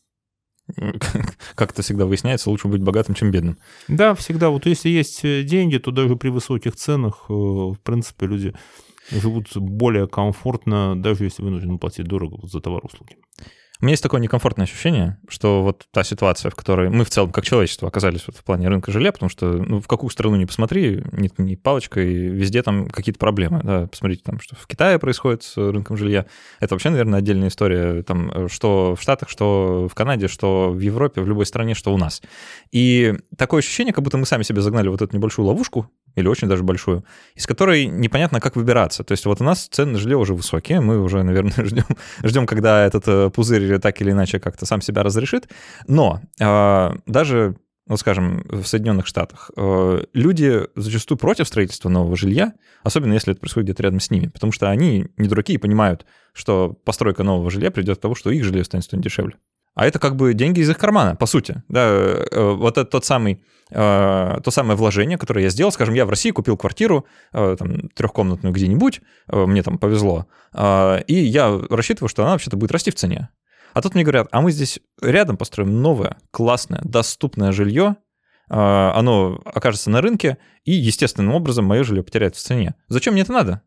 Speaker 1: Как это всегда выясняется, лучше быть богатым, чем бедным.
Speaker 2: Да, всегда. Вот если есть деньги, то даже при высоких ценах, в принципе, люди живут более комфортно, даже если вынуждены платить дорого за товар-услуги.
Speaker 1: У меня есть такое некомфортное ощущение, что вот та ситуация, в которой мы в целом, как человечество, оказались вот в плане рынка жилья, потому что, ну, в какую страну ни посмотри, ни, ни палочкой, везде там какие-то проблемы. Да. Посмотрите, там, что в Китае происходит с рынком жилья. Это вообще, наверное, отдельная история, там, что в Штатах, что в Канаде, что в Европе, в любой стране, что у нас. И такое ощущение, как будто мы сами себе загнали вот эту небольшую ловушку, или очень даже большую, из которой непонятно, как выбираться. То есть вот у нас цены на жилье уже высокие, мы уже, наверное, ждем, ждем когда этот пузырь так или иначе как-то сам себя разрешит. Но э, даже, вот скажем, в Соединенных Штатах э, люди зачастую против строительства нового жилья, особенно если это происходит где-то рядом с ними, потому что они не дураки и понимают, что постройка нового жилья приведет к тому, что их жилье станет стоить дешевле. А это как бы деньги из их кармана, по сути. Да, вот это тот самый, то самое вложение, которое я сделал. Скажем, я в России купил квартиру там, трехкомнатную где-нибудь, мне там повезло, и я рассчитываю, что она вообще-то будет расти в цене. А тут мне говорят, а мы здесь рядом построим новое, классное, доступное жилье, оно окажется на рынке, и естественным образом мое жилье потеряет в цене. Зачем мне это надо?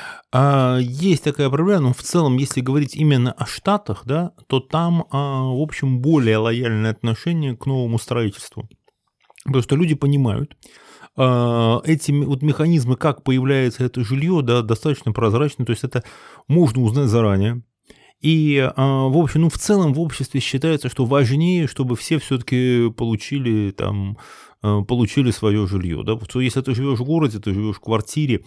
Speaker 2: Есть такая проблема, но в целом, если говорить именно о Штатах, да, то там, в общем, более лояльное отношение к новому строительству. Потому что люди понимают, эти вот механизмы, как появляется это жилье, да, достаточно прозрачны, то есть это можно узнать заранее. И, в общем, ну, в целом в обществе считается, что важнее, чтобы все все-таки получили там, получили свое жилье. Да? Если ты живешь в городе, ты живешь в квартире,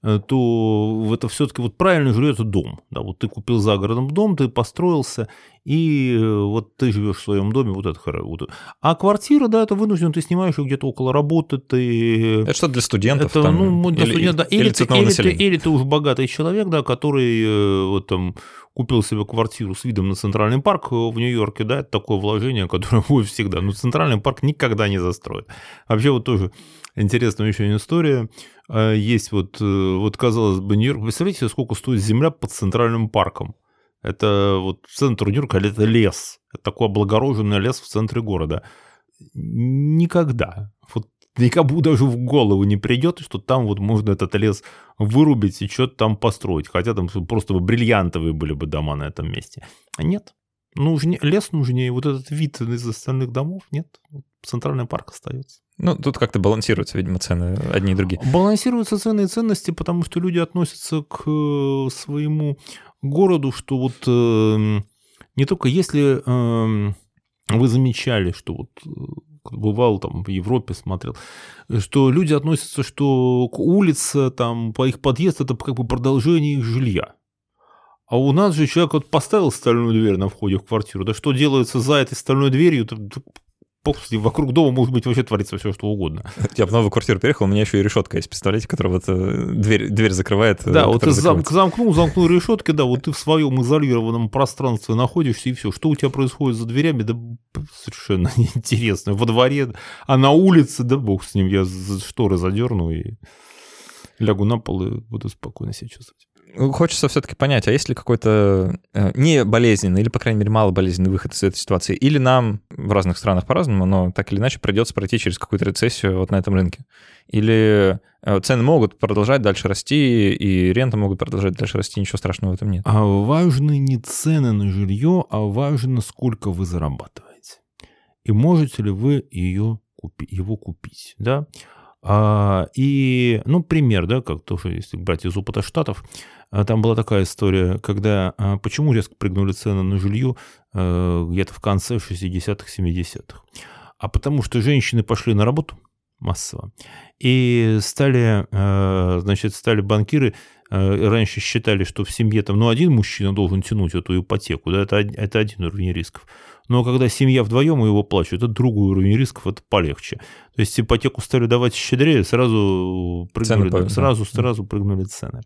Speaker 2: то это все-таки вот правильное жилье – это дом. Да? Вот ты купил за городом дом, ты построился, и вот ты живешь в своем доме, вот это хорошо. А квартира, да, это вынужден, ты снимаешь ее где-то около работы. Ты...
Speaker 1: Это что для студентов?
Speaker 2: Это,
Speaker 1: там,
Speaker 2: ну, для
Speaker 1: или,
Speaker 2: студентов, да.
Speaker 1: Или,
Speaker 2: или,
Speaker 1: или,
Speaker 2: ты, или, ты, или ты уж богатый человек, да, который вот, там, купил себе квартиру с видом на Центральный парк в Нью-Йорке, да, это такое вложение, которое будет всегда. Но Центральный парк никогда не застроит. Вообще вот тоже интересная еще история. Есть вот, вот казалось бы, Нью-Йорк. Представляете, сколько стоит земля под Центральным парком? Это вот центр Нью-Йорка, это лес. Это такой облагороженный лес в центре города. Никогда. Вот никому даже в голову не придет, что там вот можно этот лес вырубить и что-то там построить. Хотя там просто бриллиантовые были бы дома на этом месте. А нет. Нужнее, лес нужнее. Вот этот вид из остальных домов нет. Центральный парк остается.
Speaker 1: Ну, тут как-то балансируются, видимо, цены одни и другие.
Speaker 2: Балансируются цены и ценности, потому что люди относятся к своему городу, что вот э, не только если э, вы замечали, что вот бывал там в Европе, смотрел, что люди относятся, что улица, там, по их подъезд, это как бы продолжение их жилья. А у нас же человек вот поставил стальную дверь на входе в квартиру, да что делается за этой стальной дверью, вокруг дома может быть вообще творится все, что угодно.
Speaker 1: Я в новую квартиру переехал, у меня еще и решетка есть, представляете, которая вот дверь, дверь закрывает.
Speaker 2: Да, вот ты замк, замкнул, замкнул решетки, да, вот ты в своем изолированном пространстве находишься, и все. Что у тебя происходит за дверями, да совершенно неинтересно. Во дворе, а на улице, да бог с ним, я шторы задерну и лягу на пол и буду спокойно себя чувствовать.
Speaker 1: Хочется все-таки понять, а есть ли какой-то не болезненный или, по крайней мере, мало болезненный выход из этой ситуации? Или нам в разных странах по-разному, но так или иначе придется пройти через какую-то рецессию вот на этом рынке? Или цены могут продолжать дальше расти, и ренты могут продолжать дальше расти, ничего страшного в этом нет?
Speaker 2: А важны не цены на жилье, а важно, сколько вы зарабатываете. И можете ли вы ее купи, его купить, да? А, и, ну, пример, да, как тоже, если брать из опыта Штатов, там была такая история, когда, почему резко прыгнули цены на жилье где-то в конце шестидесятых, семидесятых. А потому что женщины пошли на работу массово, и стали, значит, стали банкиры, раньше считали, что в семье там, ну, один мужчина должен тянуть эту ипотеку, да, это, это один уровень рисков. Но когда семья вдвоем его плачет, это другой уровень рисков, это полегче. То есть ипотеку стали давать щедрее, сразу прыгнули, цены, сразу, да. сразу прыгнули цены.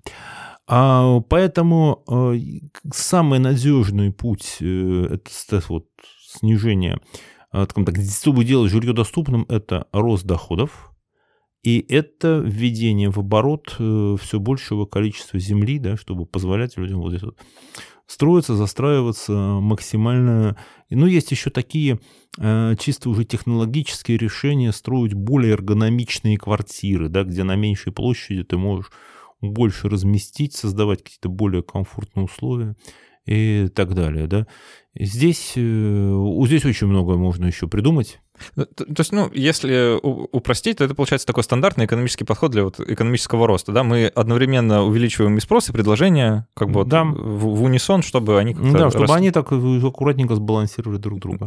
Speaker 2: А, поэтому а, самый надежный путь это вот, снижение, а, так, чтобы делать жилье доступным, это рост доходов. И это введение в оборот все большего количества земли, да, чтобы позволять людям вот здесь вот строиться, застраиваться максимально. Ну, есть еще такие э, чисто уже технологические решения строить более эргономичные квартиры, да, где на меньшей площади ты можешь больше разместить, создавать какие-то более комфортные условия. и так далее, да. Здесь, здесь очень много можно еще придумать.
Speaker 1: То, то есть, ну, если упростить, то это получается такой стандартный экономический подход для вот экономического роста, да? Мы одновременно увеличиваем и спрос, и предложение как бы
Speaker 2: да.
Speaker 1: вот в, в унисон, чтобы они как-то...
Speaker 2: Да, чтобы рас... они так аккуратненько сбалансировали друг друга.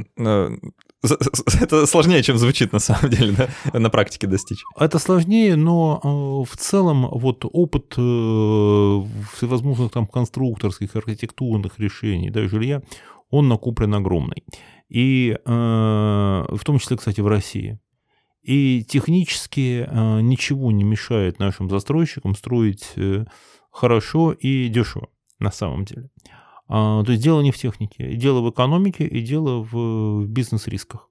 Speaker 1: Это сложнее, чем звучит на самом деле, да? На практике достичь.
Speaker 2: Это сложнее, но в целом вот опыт всевозможных там конструкторских, архитектурных решений, да, жилья, он накоплен огромный. И э, в том числе, кстати, в России. И технически э, ничего не мешает нашим застройщикам строить э, хорошо и дешево на самом деле. А, то есть дело не в технике, дело в экономике и дело в, в бизнес-рисках.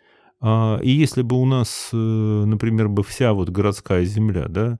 Speaker 2: А, и если бы у нас, э, например, бы вся вот городская земля, да,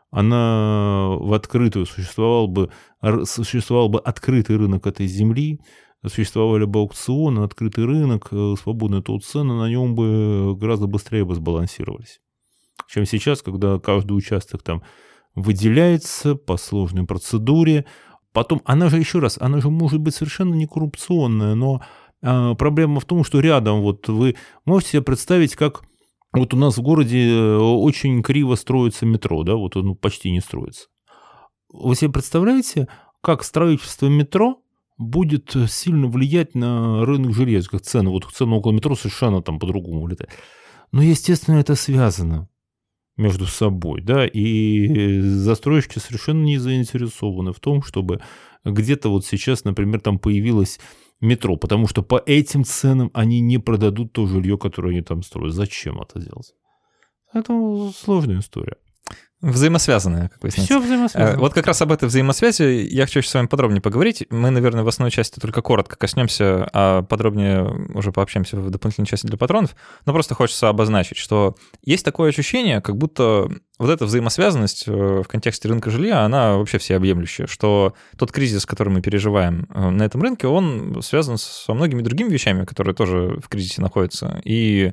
Speaker 2: она в открытую существовал бы, существовал бы открытый рынок этой земли, существовали бы аукционы, открытый рынок, свободные то цены, на нем бы гораздо быстрее бы сбалансировались, чем сейчас, когда каждый участок там выделяется по сложной процедуре. Потом, она же, еще раз, она же может быть совершенно не коррупционная, но а, проблема в том, что рядом, вот вы можете себе представить, как вот у нас в городе очень криво строится метро, да, вот оно почти не строится. Вы себе представляете, как строительство метро будет сильно влиять на рынок жилья, как цены. Вот цены около метро совершенно там по-другому влетают. Но, естественно, это связано между собой, да, и застройщики совершенно не заинтересованы в том, чтобы где-то вот сейчас, например, там появилось метро, потому что по этим ценам они не продадут то жилье, которое они там строят. Зачем это делать? Это сложная история.
Speaker 1: Взаимосвязанные, как выясняется.
Speaker 2: Все взаимосвязано.
Speaker 1: Вот как раз об этой взаимосвязи я хочу с вами подробнее поговорить. Мы, наверное, в основной части только коротко коснемся, а подробнее уже пообщаемся в дополнительной части для патронов. Но просто хочется обозначить, что есть такое ощущение, как будто вот эта взаимосвязанность в контексте рынка жилья, она вообще всеобъемлющая, что тот кризис, который мы переживаем на этом рынке, он связан со многими другими вещами, которые тоже в кризисе находятся. И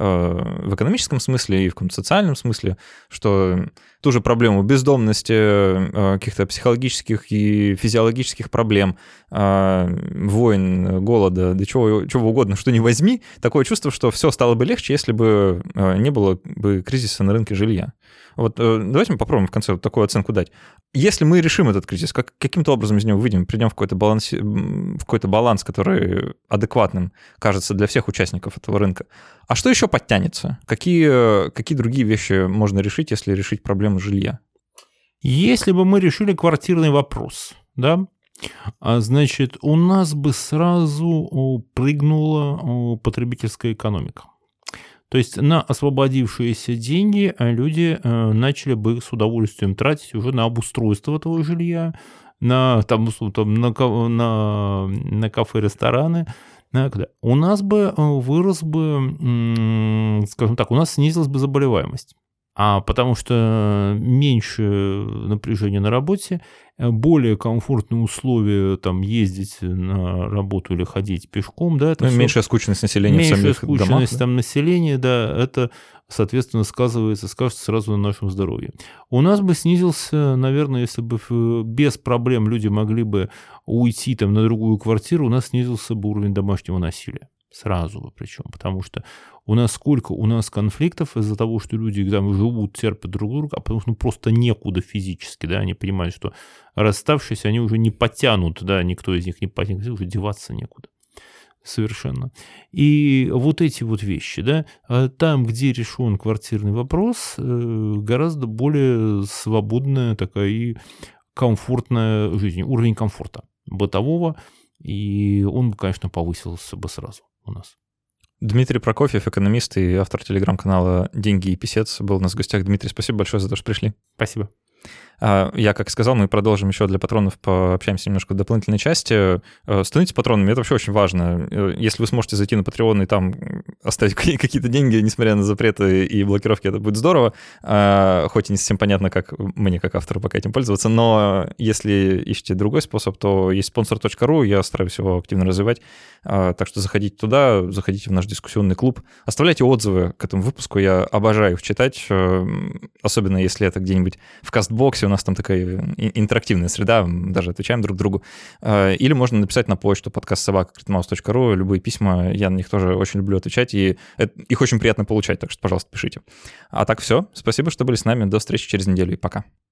Speaker 1: в экономическом смысле, и в каком-то социальном смысле, что ту же проблему бездомности, каких-то психологических и физиологических проблем, войн, голода, да чего, чего угодно, что ни возьми, такое чувство, что все стало бы легче, если бы не было бы кризиса на рынке жилья. Вот давайте мы попробуем в конце вот такую оценку дать. Если мы решим этот кризис, как, каким-то образом из него выйдем, придем в какой-то баланс, в какой-то баланс, который адекватным кажется для всех участников этого рынка, а что еще подтянется? Какие, какие другие вещи можно решить, если решить проблему жилья?
Speaker 2: Если бы мы решили квартирный вопрос, да, значит, у нас бы сразу прыгнула потребительская экономика. То есть на освободившиеся деньги люди начали бы с удовольствием тратить уже на обустройство этого жилья, на, там, там, на, на, на кафе, рестораны. У нас бы вырос бы, скажем так, у нас снизилась бы заболеваемость. А потому что меньше напряжения на работе, более комфортные условия там ездить на работу или ходить пешком, да, это
Speaker 1: ну,
Speaker 2: все...
Speaker 1: меньшая скучность населения в самих домах.
Speaker 2: Меньшая скучность там населения, да, это, соответственно, сказывается, скажется сразу на нашем здоровье. У нас бы снизился, наверное, если бы без проблем люди могли бы уйти там на другую квартиру, у нас снизился бы уровень домашнего насилия. Сразу бы причем, потому что у нас сколько у нас конфликтов из-за того, что люди там живут, терпят друг друга, а потому что ну, просто некуда физически, да, они понимают, что расставшись, они уже не потянут, да, никто из них не потянет, уже деваться некуда. Совершенно. И вот эти вот вещи, да, там, где решен квартирный вопрос, гораздо более свободная такая и комфортная жизнь, уровень комфорта бытового, и он, конечно, повысился бы сразу у нас.
Speaker 1: Дмитрий Прокофьев, экономист и автор телеграм-канала «Деньги и писец», был у нас в гостях. Дмитрий, спасибо большое за то, что пришли.
Speaker 2: Спасибо.
Speaker 1: Я, как сказал, мы продолжим еще для патронов, пообщаемся немножко в дополнительной части. Становитесь патронами, это вообще очень важно. Если вы сможете зайти на Patreon и там оставить какие-то деньги, несмотря на запреты и блокировки, это будет здорово. Хоть и не совсем понятно, как мне, как автору, пока этим пользоваться, но если ищете другой способ, то есть спонсор точка ру, я стараюсь его активно развивать. Так что заходите туда, заходите в наш дискуссионный клуб, оставляйте отзывы к этому выпуску, я обожаю их читать, особенно если это где-нибудь в кастбоксе, у нас там такая интерактивная среда, даже отвечаем друг другу. Или можно написать на почту подкаст собака критмаус точка ру, любые письма, я на них тоже очень люблю отвечать, и их очень приятно получать, так что, пожалуйста, пишите. А так все, спасибо, что были с нами, до встречи через неделю и пока.